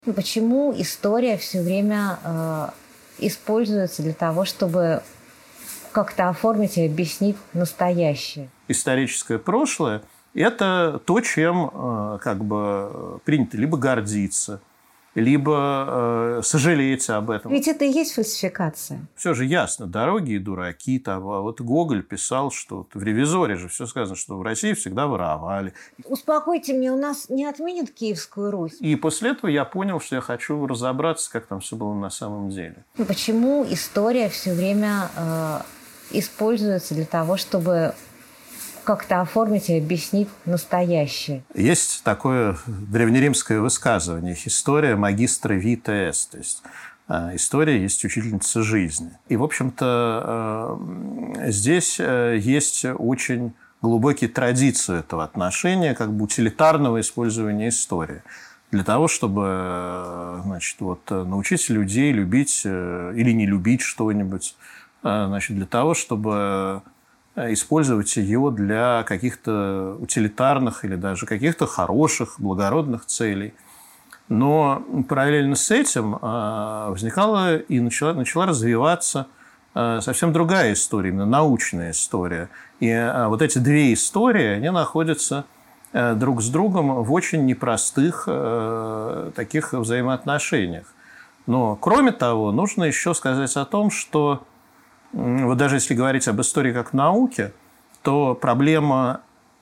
Почему история все время используется для того, чтобы как-то оформить и объяснить настоящее? Историческое прошлое – это то, чем принято либо гордиться, либо сожалеть об этом. Ведь это и есть фальсификация. Все же ясно, дороги и дураки. Там, а вот Гоголь писал, что в «Ревизоре» же все сказано, что в России всегда воровали. Успокойте меня, у нас не отменят Киевскую Русь. И после этого я понял, что я хочу разобраться, как там все было на самом деле. Почему история все время используется для того, чтобы как-то оформить и объяснить настоящее? Есть такое древнеримское высказывание «История магистра вита эст», то есть история есть учительница жизни. И, в общем-то, здесь есть очень глубокие традиции этого отношения, как бы утилитарного использования истории. Для того, чтобы научить людей любить или не любить что-нибудь. Для того, чтобы использовать ее для каких-то утилитарных или даже каких-то хороших, благородных целей. Но параллельно с этим возникала и начала развиваться совсем другая история, именно научная история. И вот эти две истории, они находятся друг с другом в очень непростых таких взаимоотношениях. Но, кроме того, нужно еще сказать о том, что вот даже если говорить об истории как науке, то проблема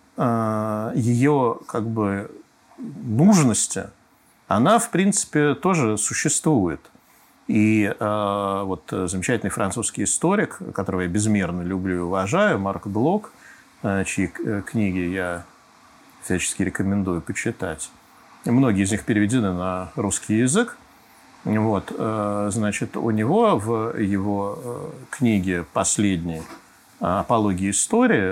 ее нужности, она, в принципе, тоже существует. И замечательный французский историк, которого я безмерно люблю и уважаю, Марк Блок, чьи книги я всячески рекомендую почитать. Многие из них переведены на русский язык. У него в его книге последней «Апология истории»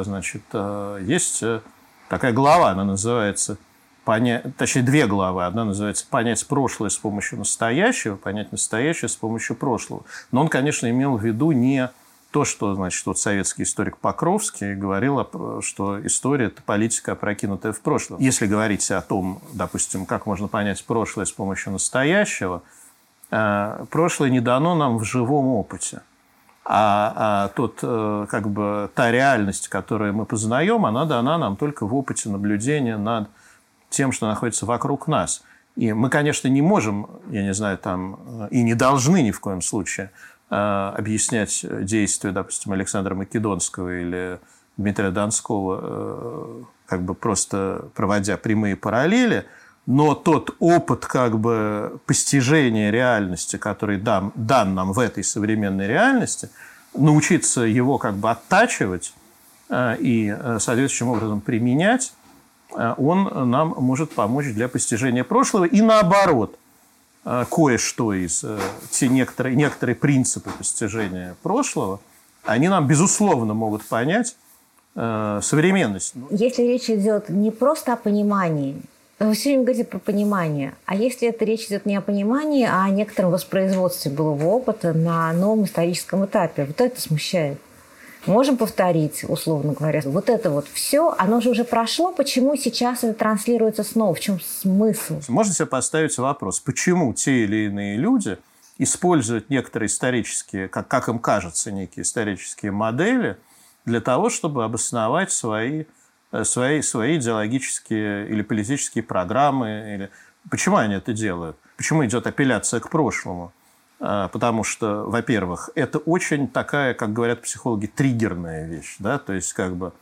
есть такая глава, она называется, две главы. Одна называется «Понять прошлое с помощью настоящего», «Понять настоящее с помощью прошлого». Но он, конечно, имел в виду не то, что советский историк Покровский говорил, что история – это политика, опрокинутая в прошлое. Если говорить о том, допустим, как можно понять прошлое с помощью настоящего, прошлое не дано нам в живом опыте. Та реальность, которую мы познаем, она дана нам только в опыте наблюдения над тем, что находится вокруг нас. И мы, конечно, не можем, и не должны ни в коем случае объяснять действия, допустим, Александра Македонского или Дмитрия Донского, просто проводя прямые параллели, но тот опыт постижения реальности, который дан нам в этой современной реальности, научиться его оттачивать и соответствующим образом применять, он нам может помочь для постижения прошлого. И наоборот, кое-что из некоторые принципы постижения прошлого, они нам, безусловно, могут понять современность. Если речь идет не просто о понимании, вы все время говорите про понимание, а если это речь идет не о понимании, а о некотором воспроизводстве былого опыта на новом историческом этапе, вот это смущает. Можем повторить, условно говоря, вот это вот все, оно же уже прошло, почему сейчас это транслируется снова, в чем смысл? Можно себе поставить вопрос, почему те или иные люди используют некоторые исторические, как им кажется, некие исторические модели для того, чтобы обосновать свои идеологические или политические программы. Почему они это делают? Почему идет апелляция к прошлому? Потому что, во-первых, это очень такая, как говорят психологи, триггерная вещь. Да? То есть,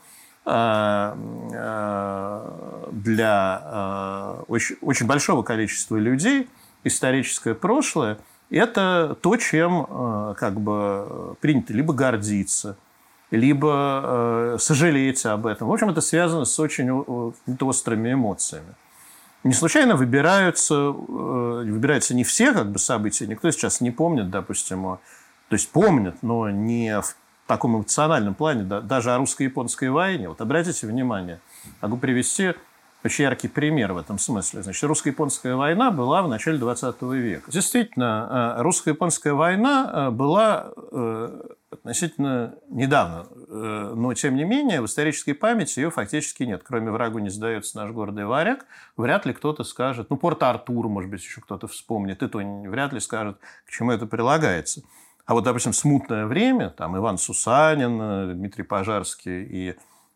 для очень большого количества людей историческое прошлое – это то, чем принято либо гордиться, либо сожалеть об этом. В общем, это связано с очень острыми эмоциями. Не случайно выбираются не все события, никто сейчас не помнит, допустим, то есть помнит, но не в таком эмоциональном плане, даже о русско-японской войне. Вот обратите внимание, могу привести очень яркий пример в этом смысле. Значит, русско-японская война была в начале 20 века. Действительно, русско-японская война была относительно недавно, но, тем не менее, в исторической памяти ее фактически нет. Кроме «Врагу не сдается наш гордый варяг», вряд ли кто-то скажет, Порт-Артур, может быть, еще кто-то вспомнит, и то вряд ли скажет, к чему это прилагается. А вот, допустим, «Смутное время», там Иван Сусанин, Дмитрий Пожарский и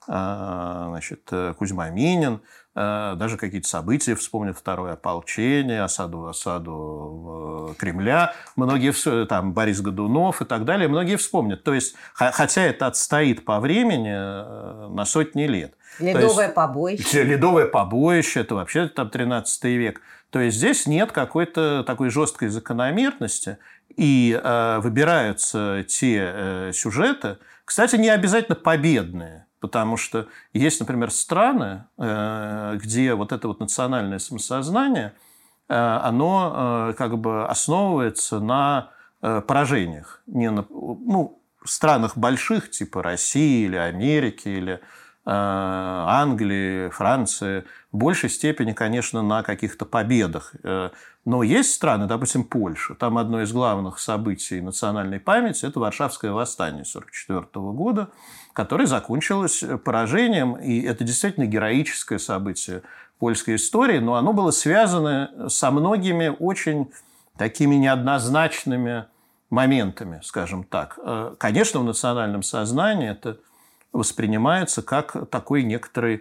Кузьма Минин, даже какие-то события вспомнят, второе ополчение, осаду Кремля, многие, там, Борис Годунов и так далее, многие вспомнят. То есть, хотя это отстоит по времени на сотни лет. Ледовое побоище. Ледовое побоище, это вообще там 13 век. То есть, здесь нет какой-то такой жесткой закономерности, и выбираются те сюжеты, кстати, не обязательно победные. Потому что есть, например, страны, где вот это вот национальное самосознание, оно как бы основывается на поражениях. Не на, странах больших, типа России или Америки, или Англии, Франции, в большей степени, конечно, на каких-то победах. Но есть страны, допустим, Польша, там одно из главных событий национальной памяти – это Варшавское восстание 1944 года, которое закончилось поражением, и это действительно героическое событие польской истории, но оно было связано со многими очень такими неоднозначными моментами, скажем так. Конечно, в национальном сознании это воспринимается как такой некоторый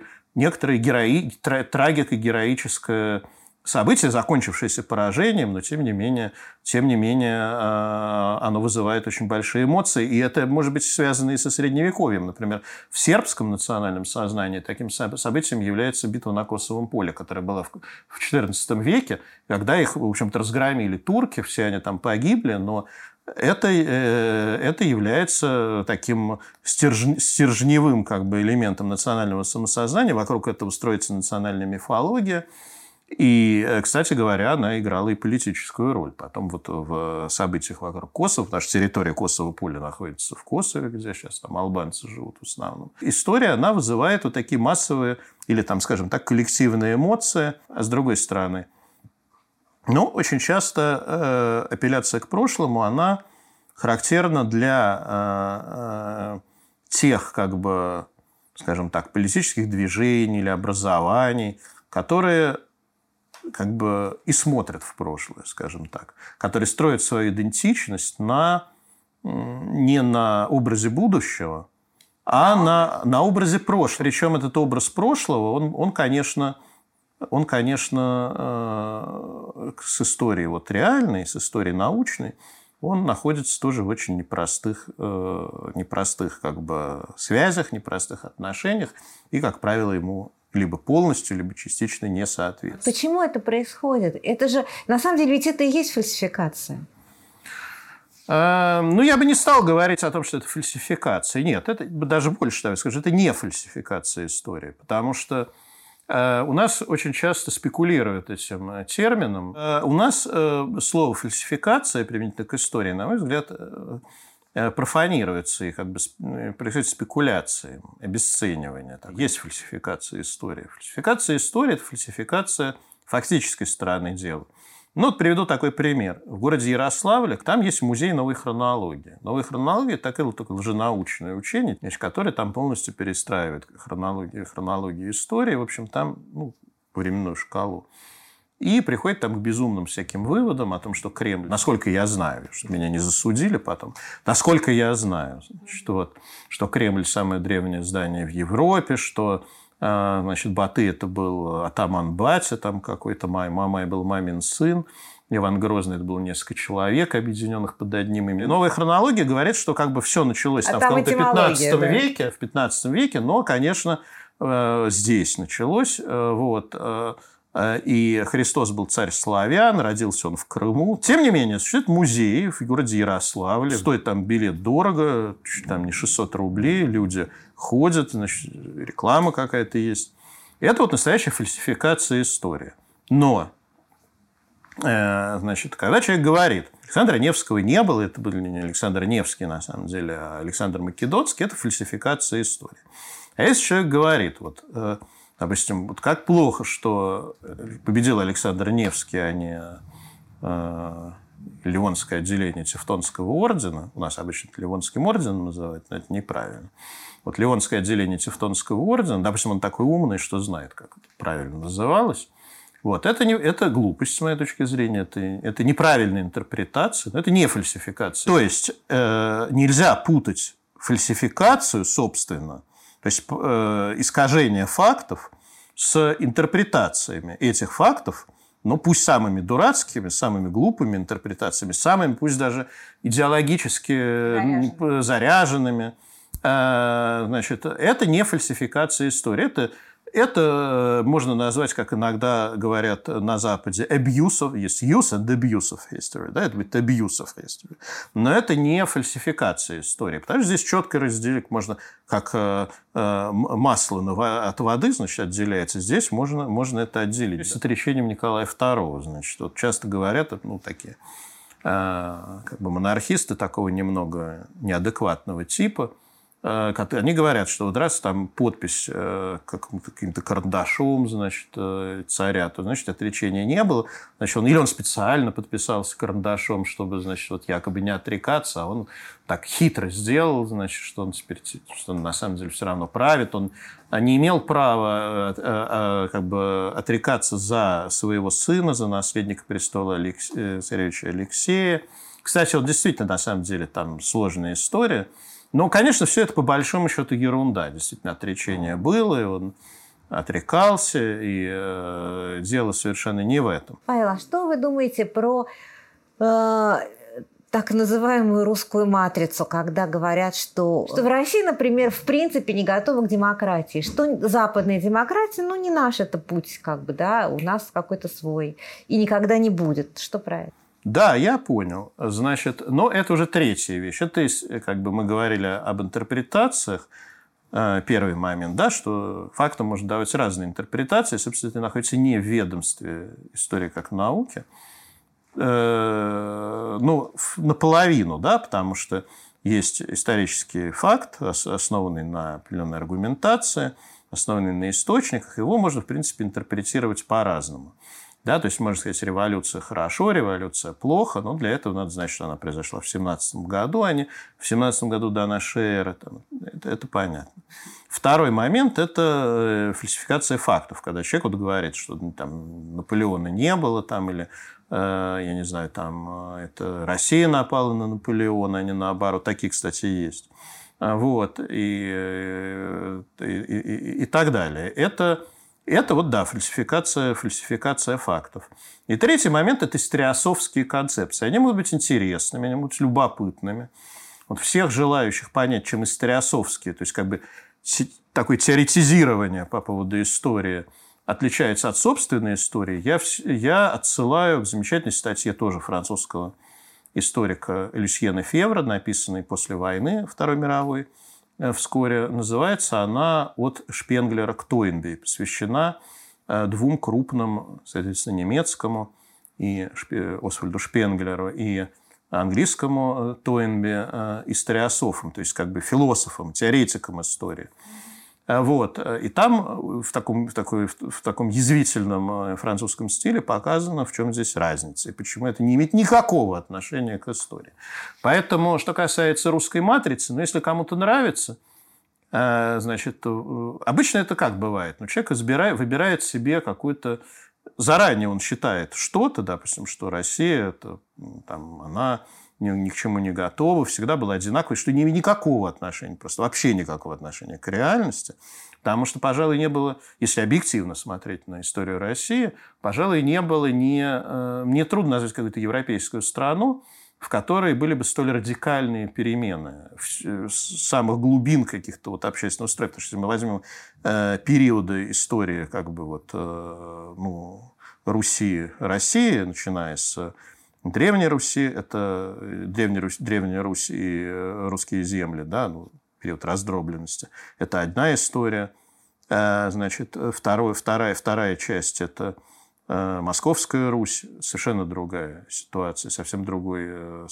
трагико-героическое событие, закончившееся поражением, но тем не менее оно вызывает очень большие эмоции. И это может быть связано и со Средневековьем. Например, в сербском национальном сознании таким событием является битва на Косовом поле, которая была в XIV веке, когда их, в общем-то, разгромили турки, все они там погибли, но это является таким стержневым как бы элементом национального самосознания. Вокруг этого строится национальная мифология. И, кстати говоря, она играла и политическую роль. Потом вот в событиях вокруг Косово, наша территория Косово-Поле находится в Косове, где сейчас там албанцы живут в основном. История, она вызывает вот такие массовые или, там, скажем так, коллективные эмоции. А с другой стороны, очень часто апелляция к прошлому, она характерна для тех, как бы, скажем так, политических движений или образований, которые как бы и смотрят в прошлое, скажем так, которые строят свою идентичность не на образе будущего, а на образе прошлого. Причем этот образ прошлого, он конечно, с историей вот реальной, с историей научной, он находится тоже в очень непростых как бы связях, непростых отношениях и, как правило, ему либо полностью, либо частично не соответствует. Почему это происходит? Это же, на самом деле, ведь это и есть фальсификация. Я бы не стал говорить о том, что это фальсификация. Нет, это даже больше того, я скажу, это не фальсификация истории. Потому что у нас очень часто спекулируют этим термином. У нас слово «фальсификация» применительно к истории, на мой взгляд, профанируется и как бы происходит спекуляции, обесценивание. Есть фальсификация истории. Фальсификация истории – это фальсификация фактической стороны дела. Приведу такой пример. В городе Ярославле там есть музей новой хронологии. Новая хронология – это такое лженаучное учение, которое там полностью перестраивает хронологию истории. В общем, там временную шкалу. И приходит там к безумным всяким выводам о том, что Кремль, насколько я знаю, что меня не засудили потом, насколько я знаю, что Кремль – самое древнее здание в Европе, что Батый – это был атаман Батя, там какой-то Мамай был мамин сын, Иван Грозный – это было несколько человек, объединенных под одним именем. Новая хронология говорит, что как бы все началось в каком-то 15 веке, но, конечно, здесь началось. И Христос был царь славян, родился он в Крыму. Тем не менее, существует музей в городе Ярославле. Стоит там билет дорого, там не 600 рублей. Люди ходят, реклама какая-то есть. И это настоящая фальсификация истории. Но, когда человек говорит, Александра Невского не было, это был не Александр Невский, на самом деле, а Александр Македонский, это фальсификация истории. А если человек говорит, Допустим, вот как плохо, что победил Александр Невский, а не Ливонское отделение Тевтонского ордена. У нас обычно Ливонским орденом называют, но это неправильно. Вот Ливонское отделение Тевтонского ордена, допустим, он такой умный, что знает, как это правильно называлось. Вот. Это глупость, с моей точки зрения. Это неправильная интерпретация, но это не фальсификация. То есть, нельзя путать фальсификацию, собственно, то есть искажение фактов с интерпретациями этих фактов, но пусть самыми дурацкими, самыми глупыми интерпретациями, самыми, пусть даже идеологически заряженными. Значит, это не фальсификация истории. Это можно назвать, как иногда говорят на Западе, abuse of, есть use and abuse of history. Да, это будет abuse of history. Но это не фальсификация истории. Потому что здесь четко разделить можно, как масло от воды, значит, отделяется. Здесь можно это отделить. С отречением Николая II, значит, вот часто говорят, ну, такие как бы монархисты такого немного неадекватного типа, они говорят, что вот раз там подпись каким-то карандашом, значит, царя, то, значит, отречения не было. Значит, или он специально подписался карандашом, чтобы, значит, вот якобы не отрекаться, а он так хитро сделал, значит, что он теперь, что он на самом деле все равно правит. Он не имел права как бы отрекаться за своего сына, за наследника престола царевича Алексея. Кстати, вот действительно, на самом деле, там сложная история. Но, конечно, все это по большому счету ерунда. Действительно, отречение было, и он отрекался, и дело совершенно не в этом. Павел, а что вы думаете про так называемую русскую матрицу, когда говорят, что в России, например, в принципе не готова к демократии, что западная демократия, ну, не наш это путь, как бы, да, у нас какой-то свой, и никогда не будет. Что про это? Да, я понял. Значит, но это уже третья вещь. Это, как бы мы говорили об интерпретациях, первый момент, да, что фактам может давать разные интерпретации, собственно, это находится не в ведомстве истории как науки, ну, наполовину, да, потому что есть исторический факт, основанный на определенной аргументации, основанный на источниках, его можно, в принципе, интерпретировать по-разному. Да, то есть, можно сказать, революция хорошо, революция плохо, но для этого надо знать, что она произошла в 17 году, а не в 17 году до нашей эры. Это понятно. Второй момент – это фальсификация фактов, когда человек вот говорит, что там Наполеона не было, там, или, я не знаю, там, это Россия напала на Наполеона, а не наоборот. Такие, кстати, есть. Вот. И так далее. Это вот, да, фальсификация фактов. И третий момент – это историософские концепции. Они могут быть интересными, они могут быть любопытными. Вот всех желающих понять, чем историософские, то есть как бы такое теоретизирование по поводу истории отличается от собственной истории, я отсылаю к замечательной статье тоже французского историка Люсьена Февра, написанной после войны Второй мировой, вскоре. Называется она «От Шпенглера к Тойнби», посвящена двум крупным, соответственно, немецкому и Освальду Шпенглеру и английскому Тойнби историософам, то есть как бы философам, теоретикам истории. Вот. И там в таком язвительном французском стиле показано, в чем здесь разница и почему это не имеет никакого отношения к истории. Поэтому, что касается русской матрицы, если кому-то нравится, значит, обычно это как бывает? Человек выбирает себе какую-то... Заранее он считает что-то, допустим, что Россия, это, там, она ни к чему не готова, всегда была одинаковой, что не имеет никакого отношения, просто вообще никакого отношения к реальности. Потому что, пожалуй, не было, если объективно смотреть на историю России, пожалуй, не было мне трудно назвать какую-то европейскую страну, в которой были бы столь радикальные перемены в самых глубин каких-то вот общественного строя. Потому что если мы возьмем периоды истории как бы вот, Руси, России, начиная с Древней Руси, это Древняя Русь и русские земли, да, период раздробленности. Это одна история. Значит, вторая часть – это Московская Русь, совершенно другая ситуация, совсем другой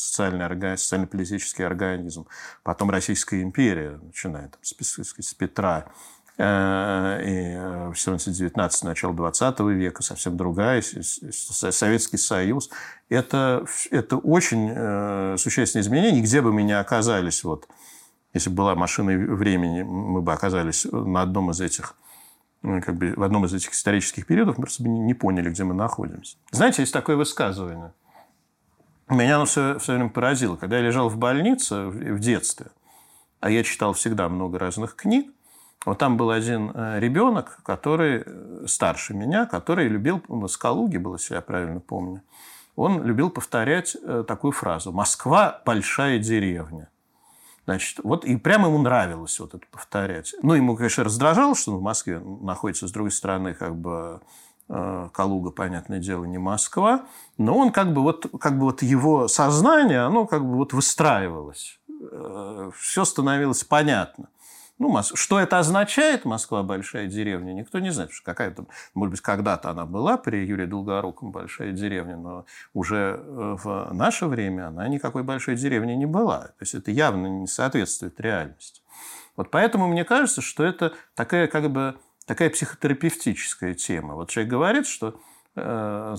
социально-политический организм. Потом Российская империя, начиная там, с Петра, и 18-19, начало 20 века, совсем другая, Советский Союз. Это очень существенные изменения. Где бы мы ни оказались, вот, если бы была машина времени, мы бы оказались на одном из этих, в одном из этих исторических периодов, мы просто бы не поняли, где мы находимся. Знаете, есть такое высказывание. Меня оно все время поразило. Когда я лежал в больнице в детстве, а я читал всегда много разных книг, вот там был один ребенок, который старше меня, который любил, он из Калуги был, если я правильно помню, он любил повторять такую фразу: «Москва – большая деревня». Значит, вот и прямо ему нравилось вот это повторять. Ну, ему, конечно, раздражало, что в Москве находится, с другой стороны, Калуга, понятное дело, не Москва, но он как бы его сознание, оно выстраивалось. Все становилось понятно. Ну, что это означает, Москва большая деревня, никто не знает. Что какая-то, может быть, когда-то она была при Юрии Долгоруком большая деревня, но уже в наше время она никакой большой деревни не была. То есть это явно не соответствует реальности. Вот поэтому мне кажется, что это такая психотерапевтическая тема. Вот человек говорит, что что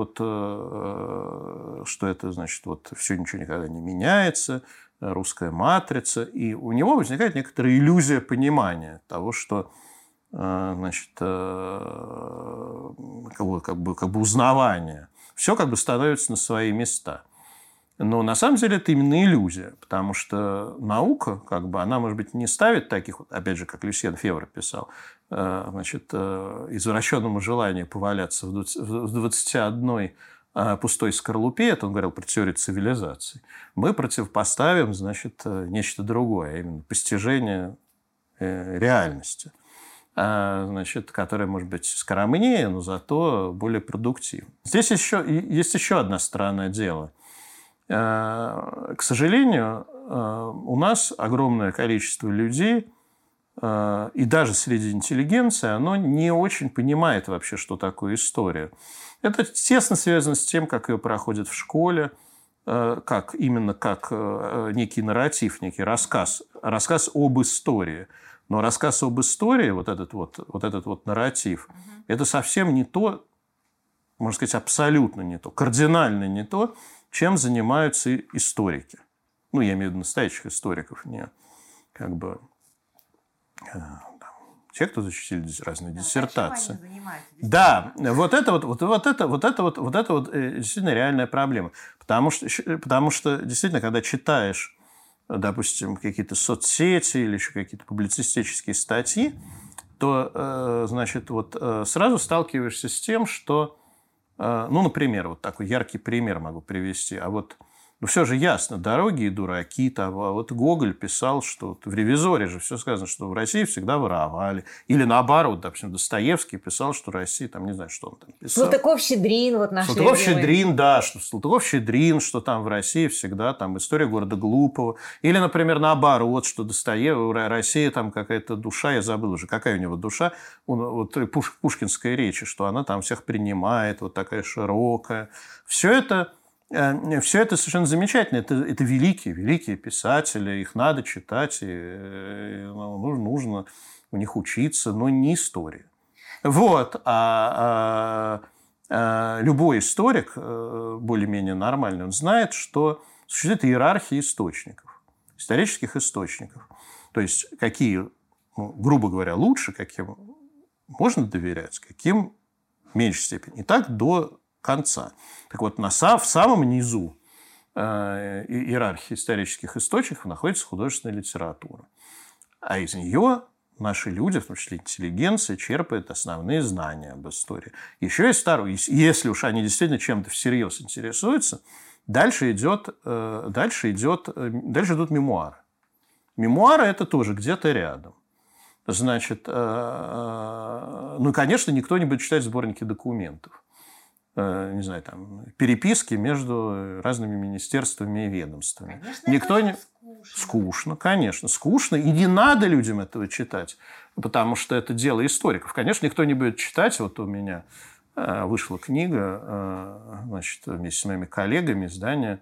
все ничего никогда не меняется, русская матрица, и у него возникает некоторая иллюзия понимания того, что узнавание. Все становится на свои места. Но на самом деле это именно иллюзия, потому что наука, она, может быть, не ставит таких, опять же, как Люсьен Февр писал, извращенному желанию поваляться в 21 пустой скорлупе, это он говорил про теорию цивилизации, мы противопоставим, нечто другое, а именно постижение реальности, которая может быть скромнее, но зато более продуктивна. Здесь есть еще одна сторона дела. К сожалению, у нас огромное количество людей, и даже среди интеллигенции, оно не очень понимает вообще, что такое история. Это тесно связано с тем, как ее проходят в школе, как некий нарратив, некий рассказ об истории. Но рассказ об истории, вот этот нарратив, это совсем не то, можно сказать, абсолютно не то, кардинально не то, чем занимаются историки. Ну, я имею в виду настоящих историков, не те, кто защитили разные диссертации. Да, вот это действительно реальная проблема. Потому что действительно, когда читаешь, допустим, какие-то соцсети или еще какие-то публицистические статьи, то, сразу сталкиваешься с тем, что, например, вот такой яркий пример могу привести. Все же ясно, дороги и дураки. Вот Гоголь писал, что в «Ревизоре» же все сказано, что в России всегда воровали. Или наоборот, допустим, Достоевский писал, что Россия, не знаю, что он там писал. Салтыков-Щедрин, вот нашли. Салтыков-Щедрин, да, что Салтыков-Щедрин, что там в России всегда история города глупого. Или, например, наоборот, что Достоевский, Россия там какая-то душа, я забыл уже, какая у него душа, пушкинская речь, что она там всех принимает, вот такая широкая. Все это совершенно замечательно. Это великие писатели, их надо читать, и нужно у них учиться, но не история. Вот. Любой историк, более-менее нормальный, он знает, что существует иерархия источников, исторических источников. То есть, какие, грубо говоря, лучше, каким можно доверять, каким в меньшей степени. И так до конца. Так вот, в самом низу иерархии исторических источников находится художественная литература. А из нее наши люди, в том числе интеллигенция, черпают основные знания об истории. Еще есть второе. Если уж они действительно чем-то всерьез интересуются, дальше идут мемуары. Мемуары – это тоже где-то рядом. Значит, конечно, никто не будет читать сборники документов. Не знаю, переписки между разными министерствами и ведомствами. Конечно, скучно, конечно, скучно. И не надо людям этого читать, потому что это дело историков. Конечно, никто не будет читать. Вот у меня вышла книга, вместе с моими коллегами, издание,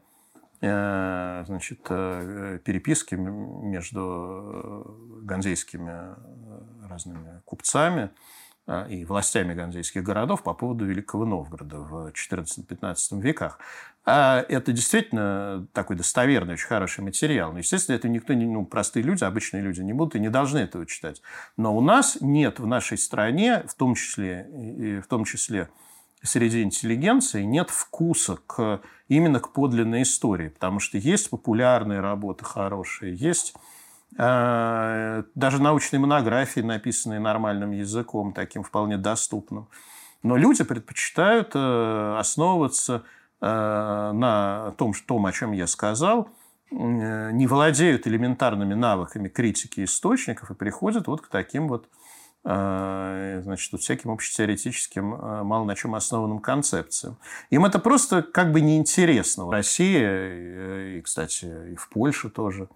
переписки между ганзейскими разными купцами и властями ганзейских городов по поводу Великого Новгорода в XIV-XV веках. А это действительно такой достоверный, очень хороший материал. Но, естественно, это никто, простые люди, обычные люди не будут и не должны этого читать. Но у нас нет в нашей стране, в том числе среди интеллигенции, нет вкуса именно к подлинной истории. Потому что есть популярные работы хорошие, есть даже научные монографии, написанные нормальным языком, таким вполне доступным. Но люди предпочитают основываться на том, о чем я сказал, не владеют элементарными навыками критики источников и приходят вот к таким вот, всяким общетеоретическим, мало на чем основанным концепциям. Им это просто как бы неинтересно. В России, и, кстати, и в Польше тоже,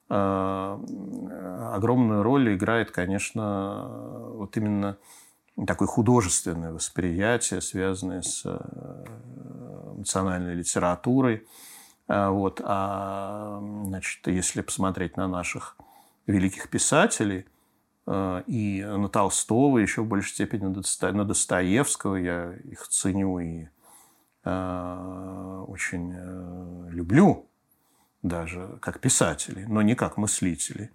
огромную роль играет, конечно, вот именно такое художественное восприятие, связанное с национальной литературой. Если посмотреть на наших великих писателей и на Толстого, еще в большей степени на Достоевского, я их ценю и очень люблю, даже как писателей, но не как мыслителей.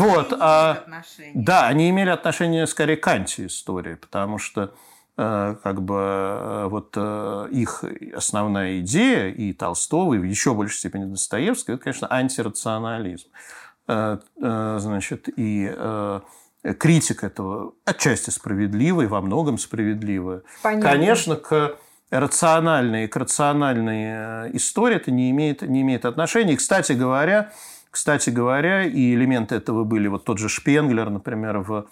Да, они имели отношение скорее к антиистории, потому что их основная идея и Толстого, и в еще большей степени Достоевского, это, конечно, антирационализм. Критика этого отчасти справедливая, во многом справедливая. Понятно. Конечно, к рациональной истории это не имеет отношения. И, кстати говоря, и элементы этого были. Вот тот же Шпенглер, например, в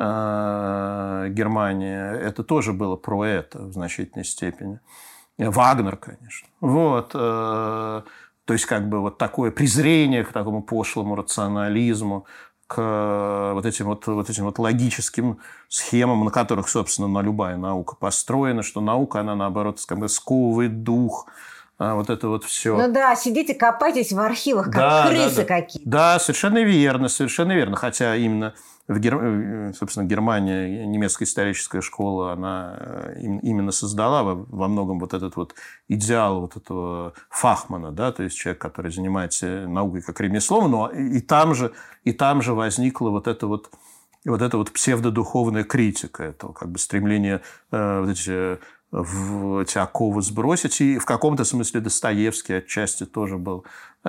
Германии, это тоже было про это в значительной степени. Вагнер, конечно. То есть, такое презрение к такому пошлому рационализму, к вот этим логическим схемам, на которых, собственно, любая наука построена, что наука, она, наоборот, сковывает дух, вот это вот все. Ну да, сидите, копайтесь в архивах, как крысы какие-то. Да, совершенно верно. Хотя именно Германия, немецкая историческая школа, она именно создала во многом вот этот вот идеал вот этого фахмана, да, то есть человек, который занимается наукой как ремеслом, но и там же возникла вот эта вот псевдодуховная критика, этого стремление эти оковы сбросить. И в каком-то смысле Достоевский отчасти тоже был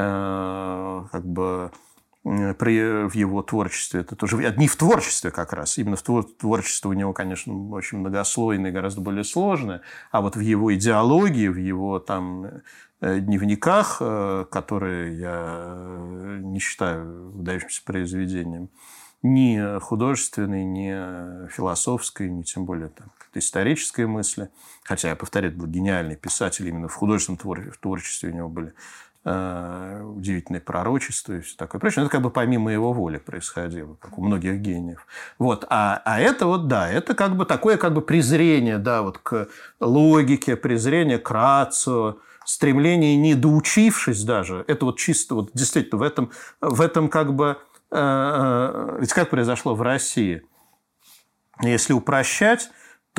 в его творчестве. Это тоже не в творчестве как раз. Именно в творчестве у него, конечно, очень многослойное, гораздо более сложное. А вот в его идеологии, в его дневниках, которые я не считаю выдающимся произведением, ни художественной, ни философской, ни тем более как-то исторической мысли. Хотя, я повторяю, был гениальный писатель. Именно в художественном творчестве у него были удивительные пророчества и все такое прочее. Это помимо его воли происходило, как у многих гениев. А это такое презрение, к логике, презрение к рацио, стремление, не доучившись даже. Это чисто, действительно, в этом ведь как произошло в России? Если упрощать,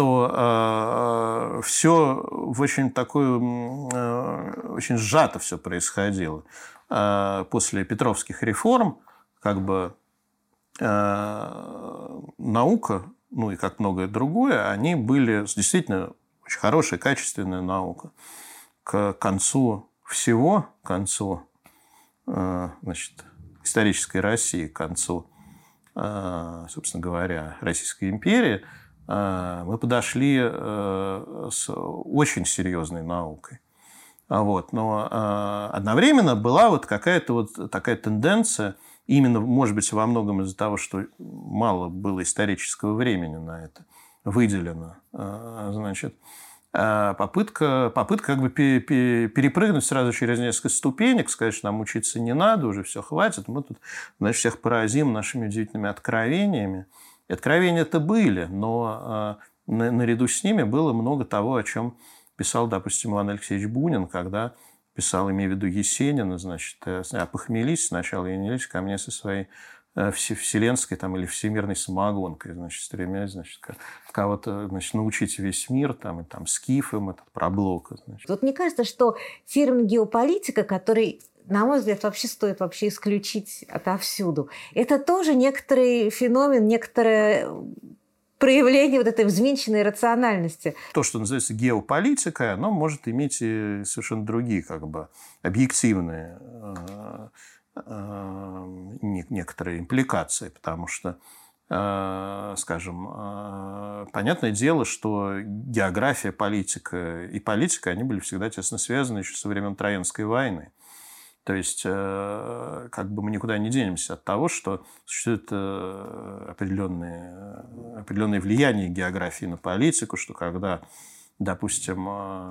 то все в очень сжато все происходило. После Петровских реформ наука, и как многое другое, они были действительно очень хорошая, качественная наука. К концу исторической России, к концу, собственно говоря, Российской империи, мы подошли с очень серьезной наукой. Но одновременно была какая-то такая тенденция, именно, может быть, во многом из-за того, что мало было исторического времени на это выделено, попытка перепрыгнуть сразу через несколько ступенек, сказать, что нам учиться не надо, уже все хватит, мы тут, всех поразим нашими удивительными откровениями. И откровения-то были, но наряду с ними было много того, о чем писал, допустим, Иван Алексеевич Бунин, когда писал, имея в виду Есенина, опохмелись сначала и нелись ко мне со своей вселенской там, или всемирной самогонкой, значит, стремясь, значит, кого-то, значит, научить весь мир, там, и там скифам этот проблок. Значит. Вот мне кажется, что термин геополитика, который, на мой взгляд, вообще стоит вообще исключить отовсюду, это тоже некоторый феномен, некоторое проявление вот этой взвинченной рациональности. То, что называется геополитикой, оно может иметь и совершенно другие, как бы, объективные некоторые импликации, потому что, скажем, понятное дело, что география, политика и политика, они были всегда тесно связаны еще со времен Троянской войны. То есть, как бы мы никуда не денемся от того, что существует определенное влияние географии на политику, что когда, допустим,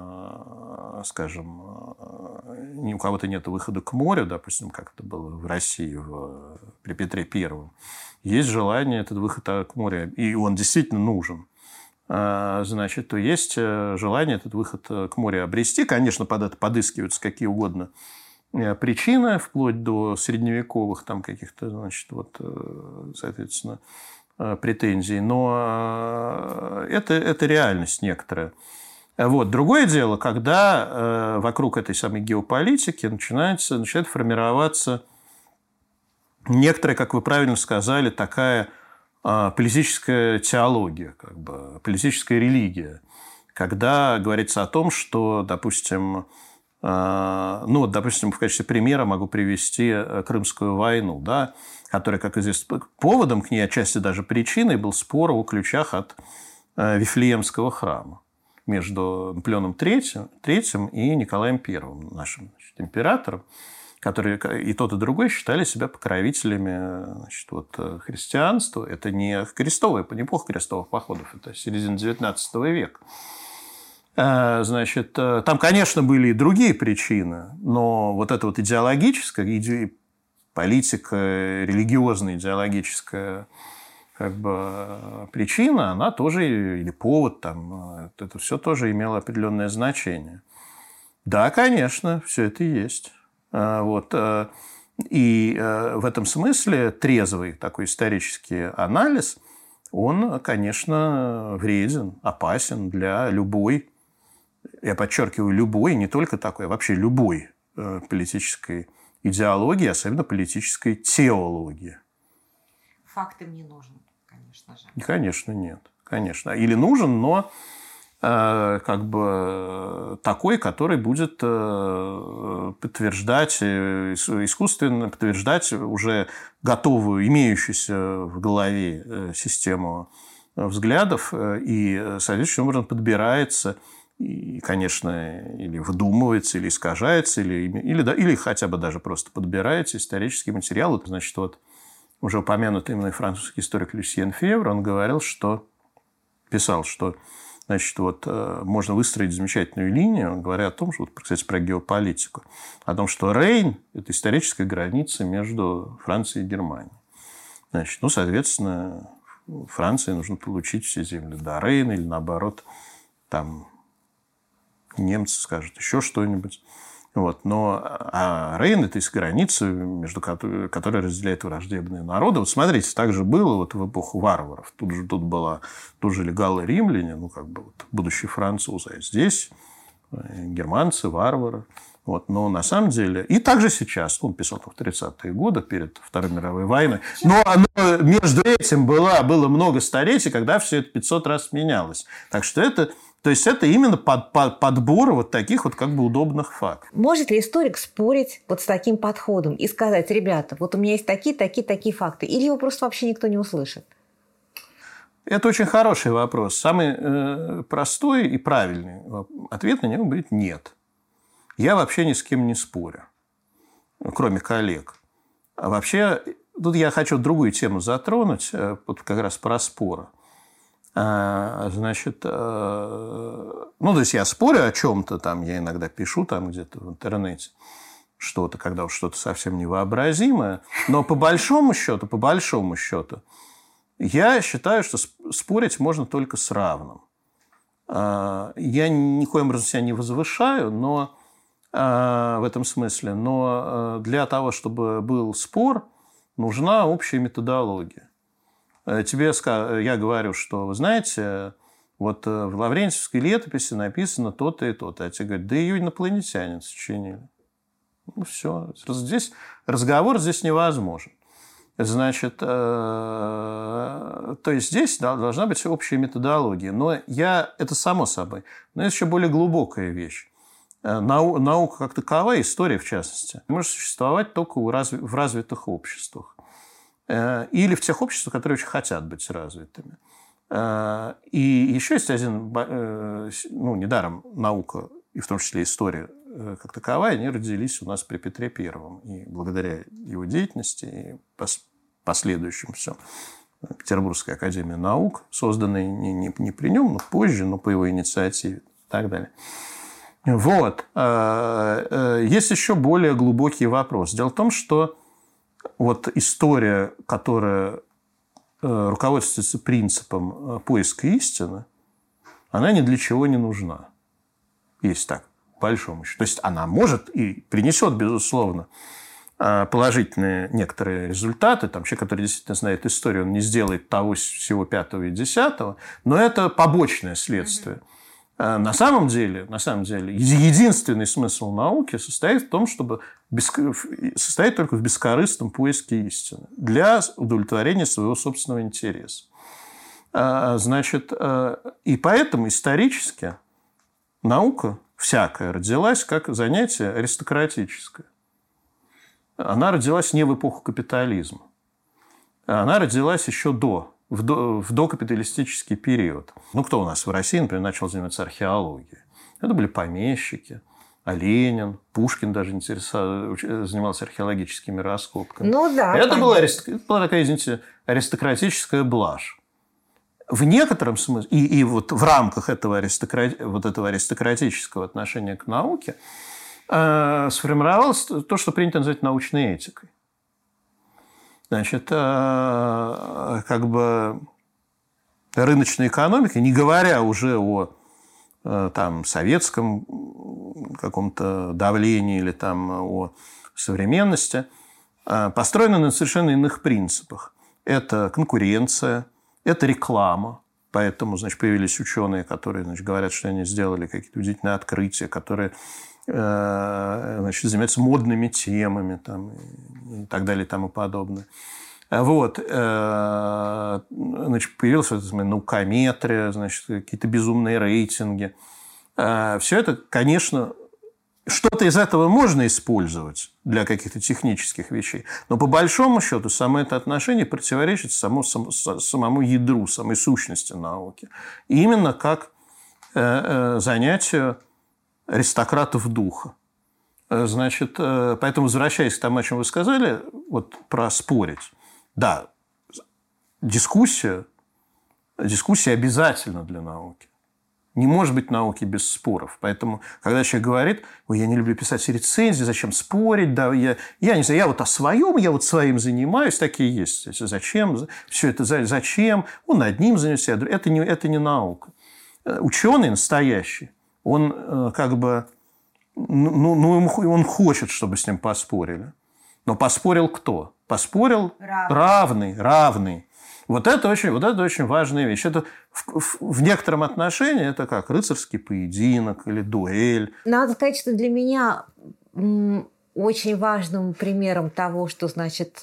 скажем, у кого-то нет выхода к морю, допустим, как это было в России при Петре Первом, есть желание этот выход к морю, и он действительно нужен. Значит, то есть желание этот выход к морю обрести. Конечно, под это подыскиваются какие угодно причины, вплоть до средневековых там каких-то, значит, вот, соответственно, претензий. Но это реальность некоторая. Вот. Другое дело, когда вокруг этой самой геополитики начинает формироваться некоторая, как вы правильно сказали, такая политическая теология, как бы, политическая религия, когда говорится о том, что, допустим, допустим, в качестве примера могу привести Крымскую войну, да, которая, как известно, поводом к ней, отчасти даже причиной, был спор о ключах от Вифлеемского храма между Наполеоном III и Николаем I, нашим, значит, императором, которые и тот, и другой считали себя покровителями, значит, вот, христианства. Это не эпоха крестовых походов, это середина XIX века. Значит, там, конечно, были и другие причины, но вот эта вот идеологическая, политика, религиозная идеологическая, как бы, причина, она тоже, или повод, там, это все тоже имело определенное значение. Да, конечно, все это и есть. Вот. И в этом смысле трезвый такой исторический анализ, он, конечно, вреден, опасен для любой, я подчеркиваю, любой, не только такой, а вообще любой политической идеологии, особенно политической теологии. Фактам не нужен, конечно же. Конечно, нет. Конечно. Или нужен, но как бы такой, который будет подтверждать, искусственно подтверждать уже готовую, имеющуюся в голове систему взглядов и, соответствующим образом, подбирается и, конечно, или выдумывается, или искажается, или хотя бы даже просто подбирается исторический материал. Значит, вот уже упомянутый мной французский историк Люсьен Февр, он писал, что значит, вот, можно выстроить замечательную линию, говоря о том, что, вот, кстати, про геополитику, о том, что Рейн – это историческая граница между Францией и Германией. Значит, соответственно, Франции нужно получить все земли до Рейна, или наоборот, там немцы скажут еще что-нибудь. Вот. Но Рейн – это граница, между которой разделяет враждебные народы. Вот смотрите, так же было вот в эпоху варваров. Тут жили галлы-римляне, как бы вот, будущие французы. А здесь германцы, варвары. Вот. Но на самом деле... И также сейчас. Он писал в 30-е годы, перед Второй мировой войной. Но между этим было много столетий, когда все это 500 раз менялось. Так что это... То есть, это именно подбор вот таких вот как бы удобных фактов. Может ли историк спорить вот с таким подходом и сказать: ребята, вот у меня есть такие факты, или его просто вообще никто не услышит? Это очень хороший вопрос. Самый простой и правильный ответ на него будет нет. Я вообще ни с кем не спорю, кроме коллег. А вообще, тут я хочу другую тему затронуть, вот как раз про споры. Значит, то есть я спорю о чем-то, там, я иногда пишу там где-то в интернете что-то, когда уж что-то совсем невообразимое, но по большому счету, я считаю, что спорить можно только с равным. Я никоим образом себя не возвышаю, но в этом смысле, но для того, чтобы был спор, нужна общая методология. Я говорю, что, вы знаете, вот в Лаврентьевской летописи написано то-то и то-то. А тебе говорят, да ее инопланетяне сочинили. Ну, все. Здесь разговор здесь невозможен. Значит, то есть здесь должна быть общая методология. Но это само собой. Но есть еще более глубокая вещь. Наука как таковая, история в частности, может существовать только в развитых обществах. Или в тех обществах, которые очень хотят быть развитыми. И еще есть один... недаром наука, и в том числе история как таковая, они родились у нас при Петре Первом. И благодаря его деятельности и последующим все. Петербургская академия наук, созданная не при нем, но позже, но по его инициативе и так далее. Вот. Есть еще более глубокий вопрос. Дело в том, что вот история, которая руководствуется принципом поиска истины, она ни для чего не нужна. Есть так, по большому счету. То есть она может и принесет, безусловно, положительные некоторые результаты. Там человек, который действительно знает историю, он не сделает того всего 5-го и 10-го, но это побочное следствие. На самом деле, единственный смысл науки состоит в том, чтобы состоит только в бескорыстном поиске истины для удовлетворения своего собственного интереса. Значит, и поэтому исторически наука всякая родилась как занятие аристократическое. Она родилась не в эпоху капитализма. Она родилась еще в докапиталистический период. Кто у нас в России, например, начал заниматься археологией? Это были помещики. А Ленин, Пушкин даже занимался археологическими раскопками. Это была такая, извините, аристократическая блажь. В некотором смысле, и вот в рамках этого аристократического отношения к науке сформировалось то, что принято называть научной этикой. Значит, рыночная экономика, не говоря уже о советском каком-то давлении или о современности, построена на совершенно иных принципах. Это конкуренция, это реклама. Поэтому, появились ученые, которые, говорят, что они сделали какие-то удивительные открытия, которые занимаются модными темами и так далее и тому подобное. Вот. Появилась наукометрия, какие-то безумные рейтинги. Все это, конечно, что-то из этого можно использовать для каких-то технических вещей, но по большому счету само это отношение противоречит самому ядру, самой сущности науки. И именно как занятию аристократов духа. Значит, поэтому, возвращаясь к тому, о чем вы сказали, про спорить. Да, дискуссия обязательна для науки. Не может быть науки без споров. Поэтому, когда человек говорит, я не люблю писать рецензии, зачем спорить, да, я не знаю, я о своем, я своим занимаюсь, такие есть. Зачем? Все это зачем? Он одним занимается, это не наука. Ученый настоящий, он он хочет, чтобы с ним поспорили. Но поспорил кто? Поспорил равный. Вот это очень важная вещь. Это в некотором отношении это как рыцарский поединок или дуэль. Надо сказать, что для меня очень важным примером того, что значит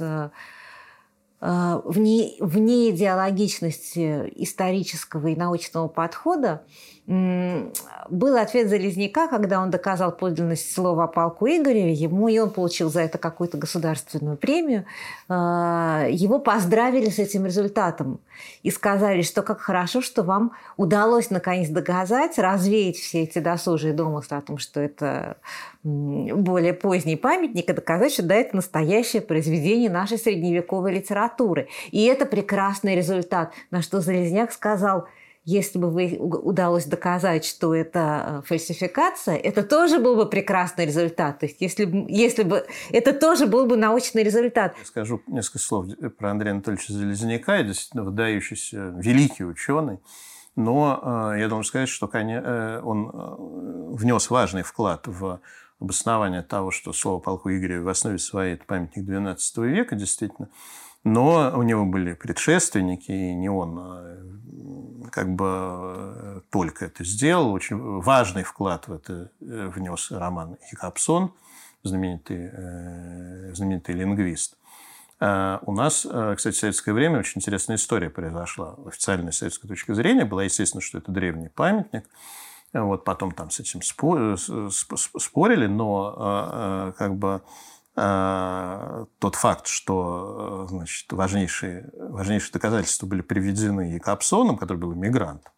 вне идеологичности исторического и научного подхода, был ответ Залезняка, когда он доказал подлинность слова о полку Игореве, и он получил за это какую-то государственную премию. Его поздравили с этим результатом и сказали, что как хорошо, что вам удалось наконец доказать, развеять все эти досужие домыслы о том, что это более поздний памятник, и доказать, что да, это настоящее произведение нашей средневековой литературы. И это прекрасный результат. На что Залезняк сказал: если бы вы удалось доказать, что это фальсификация, это тоже был бы прекрасный результат. То есть, если бы это тоже был бы научный результат. Я скажу несколько слов про Андрея Анатольевича Залезняка. Действительно выдающийся великий ученый. Но я должен сказать, что он внес важный вклад в обоснование того, что слово полку Игореву в основе своей это памятник XII века, действительно. Но у него были предшественники, и не он как бы только это сделал. Очень важный вклад в это внес роман Якобсон, знаменитый лингвист. У нас, кстати, в советское время очень интересная история произошла. Официальная советская точка зрения была, естественно, что это древний памятник. Вот потом там с этим спорили, но как бы тот факт, что, значит, важнейшие доказательства были приведены Якобсоном, который был иммигрантом,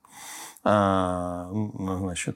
значит,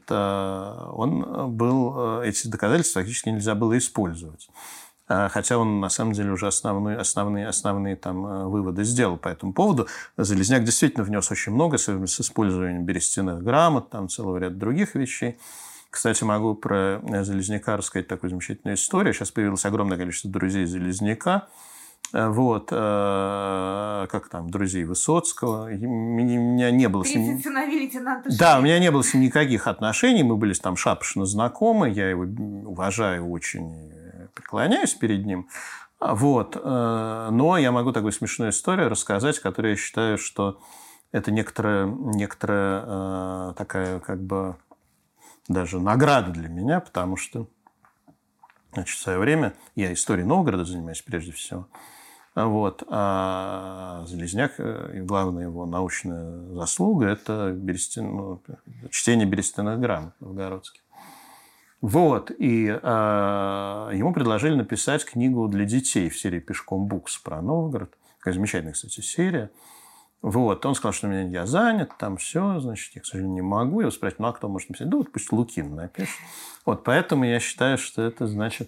эти доказательства фактически нельзя было использовать. Хотя он, на самом деле, уже основные там выводы сделал по этому поводу. Залезняк действительно внес очень много, особенно с использованием берестяных грамот, там целого ряда других вещей. Кстати, могу про Залезняка рассказать такую замечательную историю. Сейчас появилось огромное количество друзей Залезняка. Вот, как там, друзей Высоцкого. У меня не было с ним... Да, у меня не было с ним никаких отношений. Мы были там шапошно знакомы. Я его уважаю очень, преклоняюсь перед ним. Вот. Но я могу такую смешную историю рассказать, которая я считаю, что это некоторая такая как бы даже награда для меня, потому что, значит, в свое время я историей Новгорода занимаюсь прежде всего. Вот. А Залезняк, и главная его научная заслуга – это чтение берестяных грамот новгородских. Вот. И ему предложили написать книгу для детей в серии «Пешком Букс» про Новгород. Такая замечательная, кстати, серия. Вот. Он сказал, что я занят, там все, значит, я, к сожалению, не могу. Я его спросил, а кто может написать? Да вот пусть Лукин напишет. Вот. Поэтому я считаю, что это значит,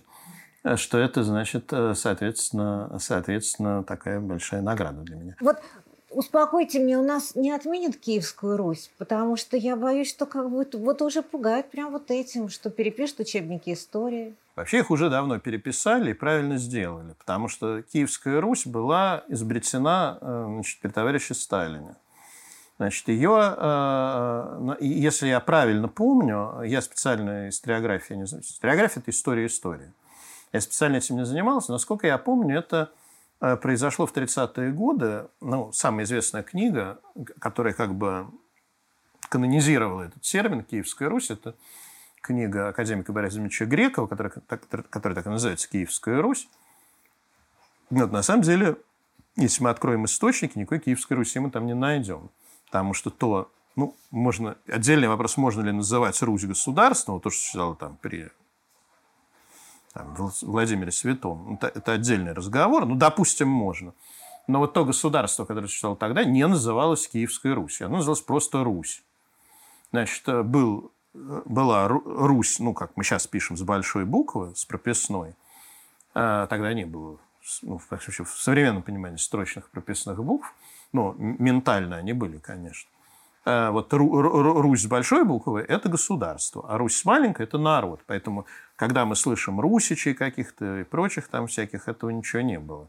соответственно, такая большая награда для меня. Вот успокойте меня, у нас не отменят Киевскую Русь, потому что я боюсь, что как бы вот уже пугают прям вот этим, что перепишут учебники истории. Вообще их уже давно переписали и правильно сделали, потому что Киевская Русь была изобретена, значит, при товарище Сталине. Значит, ее, если я правильно помню, я специально историография не знаю. Историография – это история. Я специально этим не занимался. Насколько я помню, это произошло в 30-е годы. Самая известная книга, которая как бы канонизировала этот термин «Киевская Русь», это книга академика Бориса Дмитриевича Грекова, которая так и называется «Киевская Русь». Но на самом деле, если мы откроем источники, никакой Киевской Руси мы там не найдем. Потому что отдельный вопрос, можно ли называть Русь государством, то, что существовало там при Владимире Святом, это отдельный разговор, допустим, можно. Но вот то государство, которое существовало тогда, не называлось Киевской Русью, оно называлось просто Русь. Значит, была Русь, как мы сейчас пишем, с большой буквы, с прописной. Тогда не было, в современном понимании, строчных прописных букв. Но ментально они были, конечно. Вот Русь с большой буквы – это государство, а Русь с маленькой – это народ. Поэтому, когда мы слышим русичей каких-то и прочих там всяких, этого ничего не было.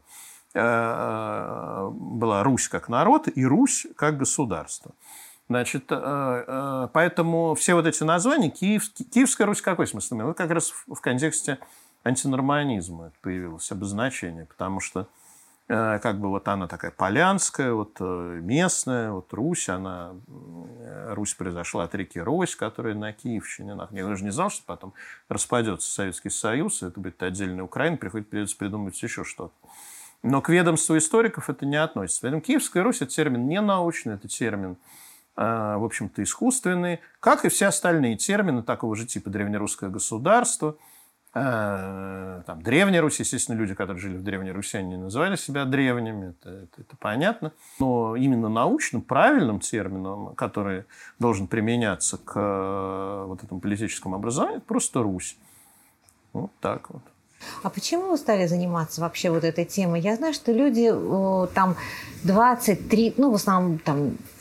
Была Русь как народ и Русь как государство. Значит, поэтому все вот эти названия, Киевская Русь какой смысл имела? Как раз в контексте антинорманизма появилось обозначение, потому что как бы вот она такая полянская, вот местная, вот Русь, Русь произошла от реки Рось, которая на Киевщине. Я даже не знал, что потом распадется Советский Союз, это будет отдельная Украина, придется придумать еще что-то. Но к ведомству историков это не относится. Поэтому Киевская Русь – это термин не научный, это термин, в общем-то, искусственный, как и все остальные термины такого же типа древнерусское государство. Там, Древняя Русь, естественно, люди, которые жили в Древней Руси, они называли себя древними, это понятно. Но именно научным, правильным термином, который должен применяться к вот этому политическому образованию, это просто Русь. Вот так вот. А почему вы стали заниматься вообще вот этой темой? Я знаю, что люди там 23, в основном там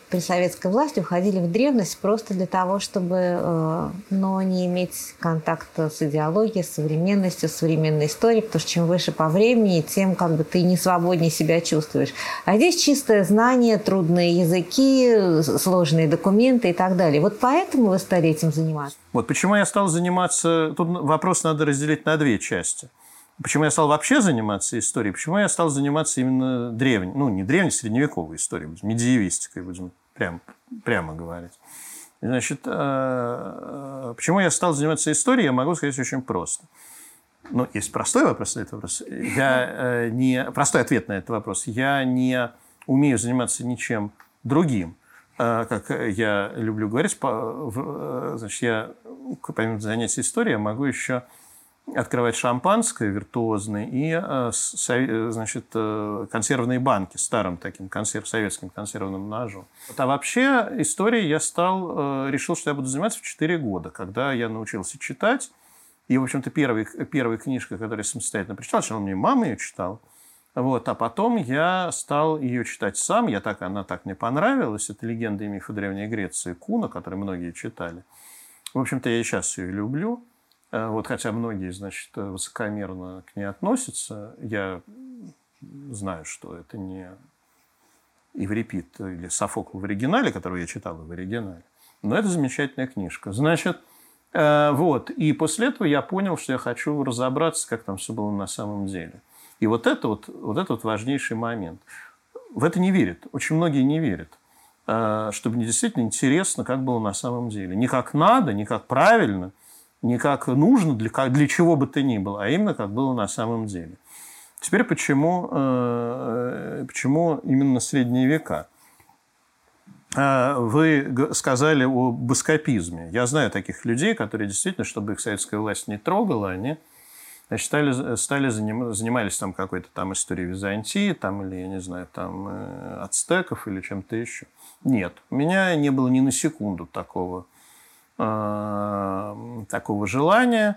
при советской власти уходили в древность просто для того, чтобы не иметь контакта с идеологией, с современностью, с современной историей, потому что чем выше по времени, тем как бы ты не свободнее себя чувствуешь. А здесь чистое знание, трудные языки, сложные документы и так далее. Вот поэтому вы стали этим заниматься? Вот почему я стал заниматься... Тут вопрос надо разделить на две части. Почему я стал вообще заниматься историей? Почему я стал заниматься именно древней, не древней, средневековой историей, медиевистикой, будем прямо говорить. Значит, почему я стал заниматься историей, я могу сказать очень просто. Есть простой вопрос на этот вопрос. Простой ответ на этот вопрос. Я не умею заниматься ничем другим. Как я люблю говорить, значит, я, помимо занятий историей, я могу еще открывать шампанское виртуозное и, значит, консервные банки старым таким советским консервным ножом. А вообще историей я решил, что я буду заниматься в 4 года, когда я научился читать. И, в общем-то, первая книжка, которую я самостоятельно прочитал, сначала мне мама ее читала, а потом я стал ее читать сам. Она так мне понравилась. Это «Легенды и мифы Древней Греции» Куна, который многие читали. В общем-то, я и сейчас ее люблю. Хотя многие, значит, высокомерно к ней относятся, я знаю, что это не Еврипид или Софокл в оригинале, которого я читал в оригинале, но это замечательная книжка. Значит, и после этого я понял, что я хочу разобраться, как там все было на самом деле. И вот это важнейший момент. В это не верят. Очень многие не верят. Чтобы мне действительно интересно, как было на самом деле. Не как надо, не как правильно, не как нужно, для чего бы то ни было, а именно как было на самом деле. Теперь почему именно средние века? Вы сказали об эскапизме. Я знаю таких людей, которые действительно, чтобы их советская власть не трогала, они занимались там какой-то там историей Византии, там, или, я не знаю, там ацтеков или чем-то еще. Нет, у меня не было ни на секунду такого желания.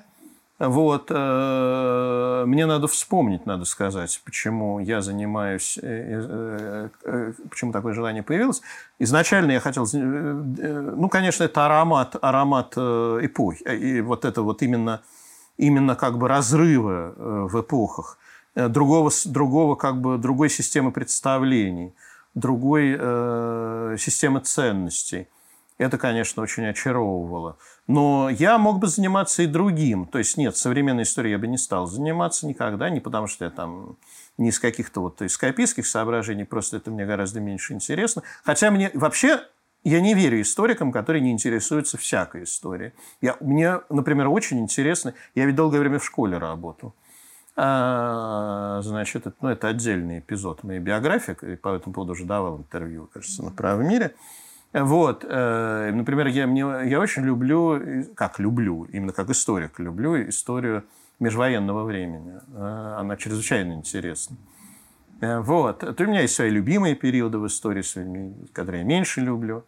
Мне надо вспомнить, надо сказать, почему я занимаюсь, почему такое желание появилось. Изначально я хотел... конечно, это аромат эпохи. И вот это вот именно как бы разрыва в эпохах, другой системы представлений, другой системы ценностей. Это, конечно, очень очаровывало. Но я мог бы заниматься и другим. То есть, нет, современной историей я бы не стал заниматься никогда, не потому что я там не из каких-то эскапистских соображений, просто это мне гораздо меньше интересно. Хотя я не верю историкам, которые не интересуются всякой историей. Мне, например, очень интересно, я ведь долгое время в школе работал. Значит, это отдельный эпизод моей биографии, и по этому поводу уже давал интервью, кажется, на «Правом мире». Например, я очень люблю, именно как историк, люблю историю межвоенного времени. Она чрезвычайно интересна. То у меня есть свои любимые периоды в истории, которые я меньше люблю.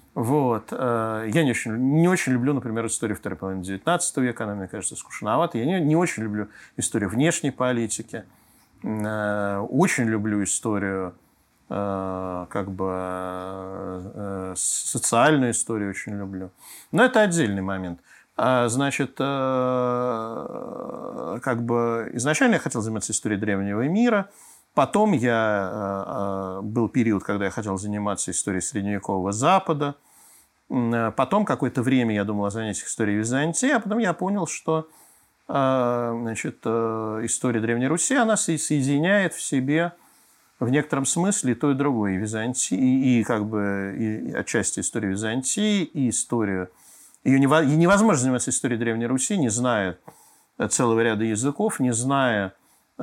Я не очень люблю, например, историю второй половины XIX века, она, мне кажется, скучновата. Я не очень люблю историю внешней политики. Очень люблю историю социальную историю очень люблю. Но это отдельный момент. Значит, изначально я хотел заниматься историей древнего мира. Потом был период, когда я хотел заниматься историей средневекового Запада. Потом какое-то время я думал о занятиях историей Византии, а потом я понял, что история Древней Руси, она соединяет в себе в некотором смысле и то, и другое. И Византии, и отчасти историю Византии, и историю... невозможно заниматься историей Древней Руси, не зная целого ряда языков, не зная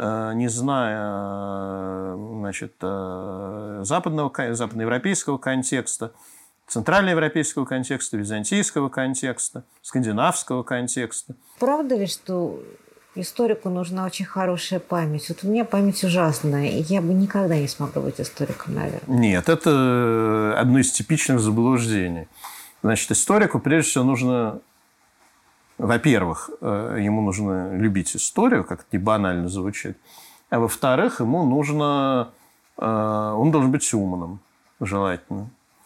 западноевропейского контекста, центральноевропейского контекста, византийского контекста, скандинавского контекста. Правда ли, что историку нужна очень хорошая память? У меня память ужасная, и я бы никогда не смогла быть историком, наверное. Нет, это одно из типичных заблуждений. Значит, историку, прежде всего, нужно... Во-первых, ему нужно любить историю, как это не банально звучит. А во-вторых, он должен быть умным, желательно.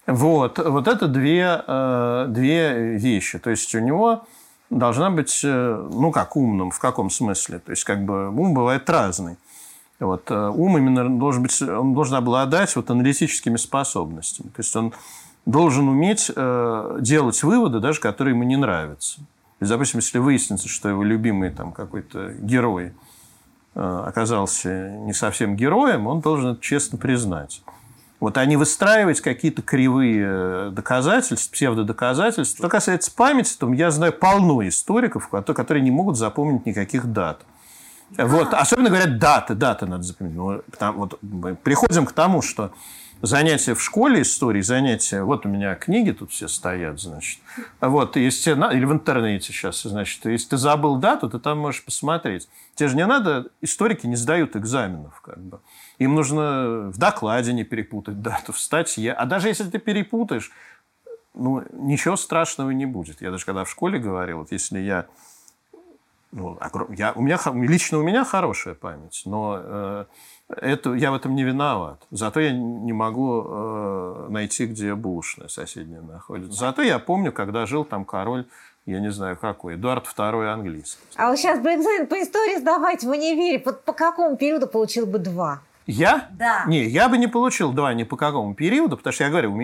Вот это две вещи. То есть у него должна быть, ну, как умным, в каком смысле? То есть, как бы, ум бывает разный. Вот, ум именно должен быть, он должен обладать вот аналитическими способностями. То есть, он должен уметь делать выводы, даже которые ему не нравятся. То есть, допустим, если выяснится, что его любимый там, какой-то герой оказался не совсем героем, он должен это честно признать. Вот, а не выстраивать какие-то кривые доказательства, псевдодоказательства. Что касается памяти, то я знаю полно историков, которые не могут запомнить никаких дат. Вот. Особенно говорят, даты надо запомнить. Вот мы приходим к тому, что занятия в школе истории, занятия... Вот у меня книги тут все стоят, значит. Вот, если, или в интернете сейчас, значит. Если ты забыл дату, ты там можешь посмотреть. Тебе же не надо... Историки не сдают экзаменов, как бы. Им нужно в докладе не перепутать дату, в статье. А даже если ты перепутаешь, ну, ничего страшного не будет. Я даже когда в школе говорил, вот если я... Ну, лично у меня хорошая память, но я в этом не виноват. Зато я не могу найти, где булочная соседняя находится. Зато я помню, когда жил там король, я не знаю какой, Эдуард II английский. А вот сейчас бы экзамен по истории сдавать в универе, по какому периоду получил бы 2? Я? Да. Не, я бы не получил 2 ни по какому периоду, потому что я говорю,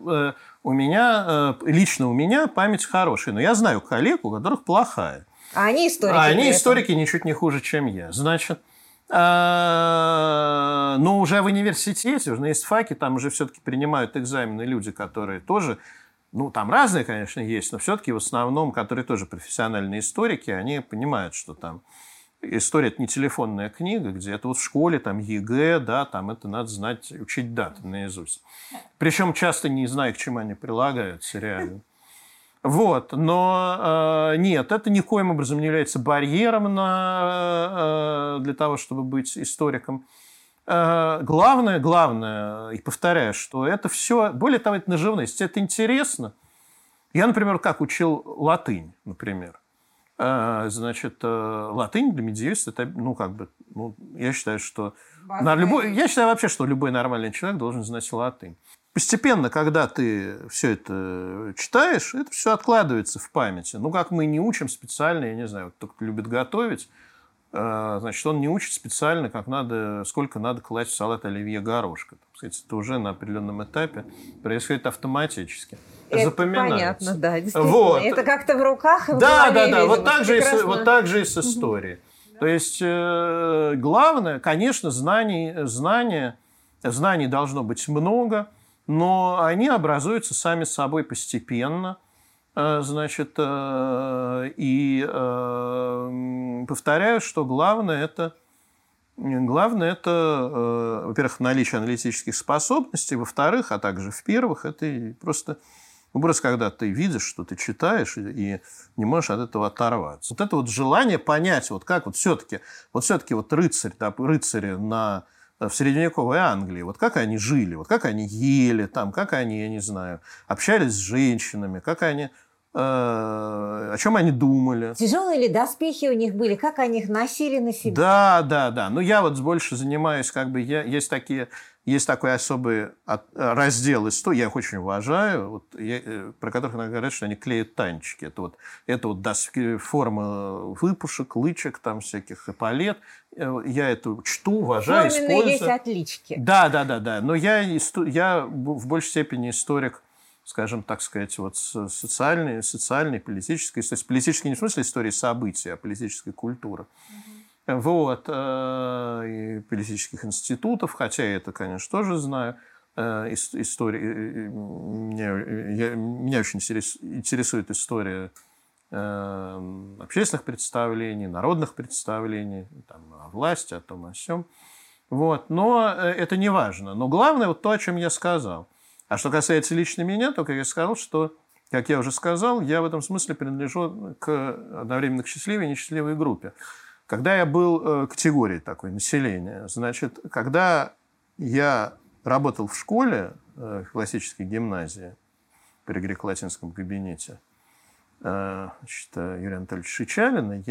лично у меня память хорошая, но я знаю коллег, у которых плохая. А они историки? Они историки ничуть не хуже, чем я. Значит, но уже в университете, уже на ИСТФАКе, там уже все-таки принимают экзамены люди, которые тоже, ну, там разные, конечно, есть, но все-таки в основном, которые тоже профессиональные историки, они понимают, что там история – это не телефонная книга, где это вот в школе, там ЕГЭ, да, там это надо знать, учить даты наизусть. Причем часто не зная, к чему они прилагаются реально. Вот, но нет, это никоим образом не является барьером для того, чтобы быть историком. Главное, и повторяю, что это все, более того, это наживность, это интересно. Я, например, как учил латынь, например. Значит, латынь для медиевиста, это, ну, как бы, ну, я считаю, что... Я считаю вообще, что любой нормальный человек должен знать латынь. Постепенно, когда ты все это читаешь, это все откладывается в памяти. Ну, как мы не учим специально, я не знаю, кто любит готовить, значит, он не учит специально, сколько надо класть в салат оливье горошка. Это уже на определенном этапе происходит автоматически. Это запоминается. Понятно, да, действительно. Вот. Это как-то в руках. Да. Вот так же и с историей. То есть, главное, конечно, знаний должно быть много, но они образуются сами собой постепенно. Значит, и повторяю, что главное это, во-первых, наличие аналитических способностей, во-вторых, а также в-первых, это просто когда ты видишь, что ты читаешь, и не можешь от этого оторваться. Вот это вот желание понять, вот как вот все-таки рыцари в средневековой Англии, вот как они жили, вот как они ели, там, как они, я не знаю, общались с женщинами, о чем они думали. Тяжелые ли доспехи у них были, как они их носили на себе? Да. Ну, я вот больше занимаюсь, есть такой особый раздел истории, я их очень уважаю, про которых иногда говорят, что они клеят танчики. Это форма выпушек, лычек, там всяких эполет. Я это чту, уважаю, использую. Есть отлички. Да. Но я в большей степени историк, скажем, так сказать, вот социальной, политической, то есть политической не в смысле истории событий, а политической культуры. Вот, и политических институтов, хотя я это, конечно, тоже знаю. Меня очень интересует история общественных представлений, народных представлений, там, о власти, о том, о сём. Вот, но это не важно. Но главное вот то, о чем я сказал. А что касается лично меня, то, как я сказал, что, как я уже сказал, я в этом смысле принадлежу одновременно к счастливой и несчастливой группе. Когда я был категорией такой населения, значит, когда я работал в школе, в классической гимназии при греко-латинском кабинете Юрия Анатольевича Шичалина,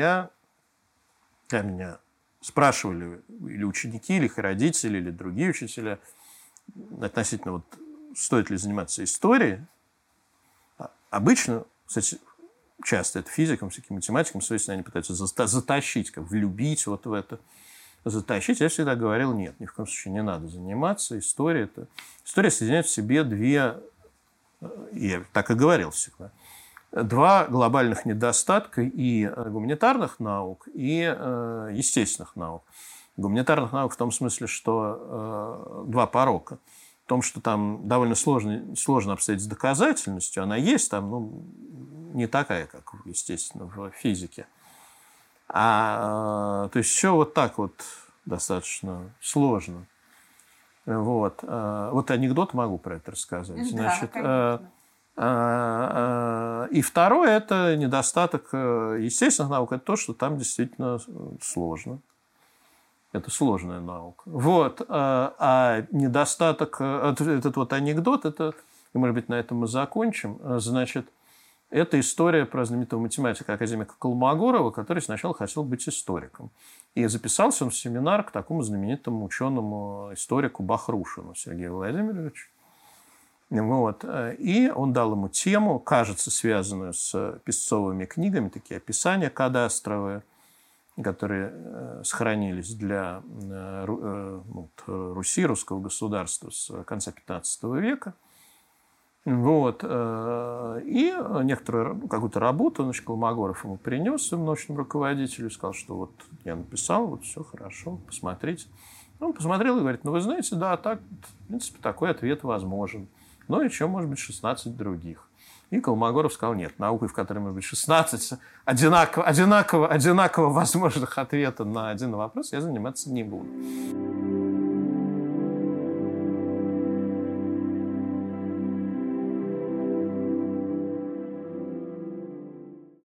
меня спрашивали или ученики, или их родители, или другие учителя относительно вот стоит ли заниматься историей, обычно, кстати, часто это физикам, всяким математикам, соответственно, они пытаются затащить, как влюбить вот в это, затащить. Я всегда говорил, нет, ни в коем случае не надо заниматься. История соединяет в себе я так и говорил всегда, два глобальных недостатка и гуманитарных наук, и естественных наук. Гуманитарных наук в том смысле, что два порока. В том, что там довольно сложно обстоять с доказательностью. Она есть там, не такая, как, естественно, в физике. То есть все вот так вот достаточно сложно. Вот анекдот могу про это рассказать. Значит, и второе – это недостаток естественных наук. Это то, что там действительно сложно. Это сложная наука. Вот. А недостаток, этот вот анекдот, и, может быть, на этом мы закончим. Значит, это история про знаменитого математика, академика Колмогорова, который сначала хотел быть историком. И записался он в семинар к такому знаменитому ученому историку Бахрушину Сергею Владимировичу. Вот. И он дал ему тему, кажется, связанную с песцовыми книгами, такие описания кадастровые, которые сохранились для Руси, русского государства с конца XV века. Вот. И некоторую какую-то работу, значит, Колмогоров ему принес своему научному руководителю и сказал, что вот я написал, вот все хорошо, посмотрите. Он посмотрел и говорит, вы знаете, да, так, в принципе, такой ответ возможен. Но еще, может быть, 16 других. И Колмогоров сказал, нет, наукой, в которой может быть 16 одинаково возможных ответов на один вопрос, я заниматься не буду.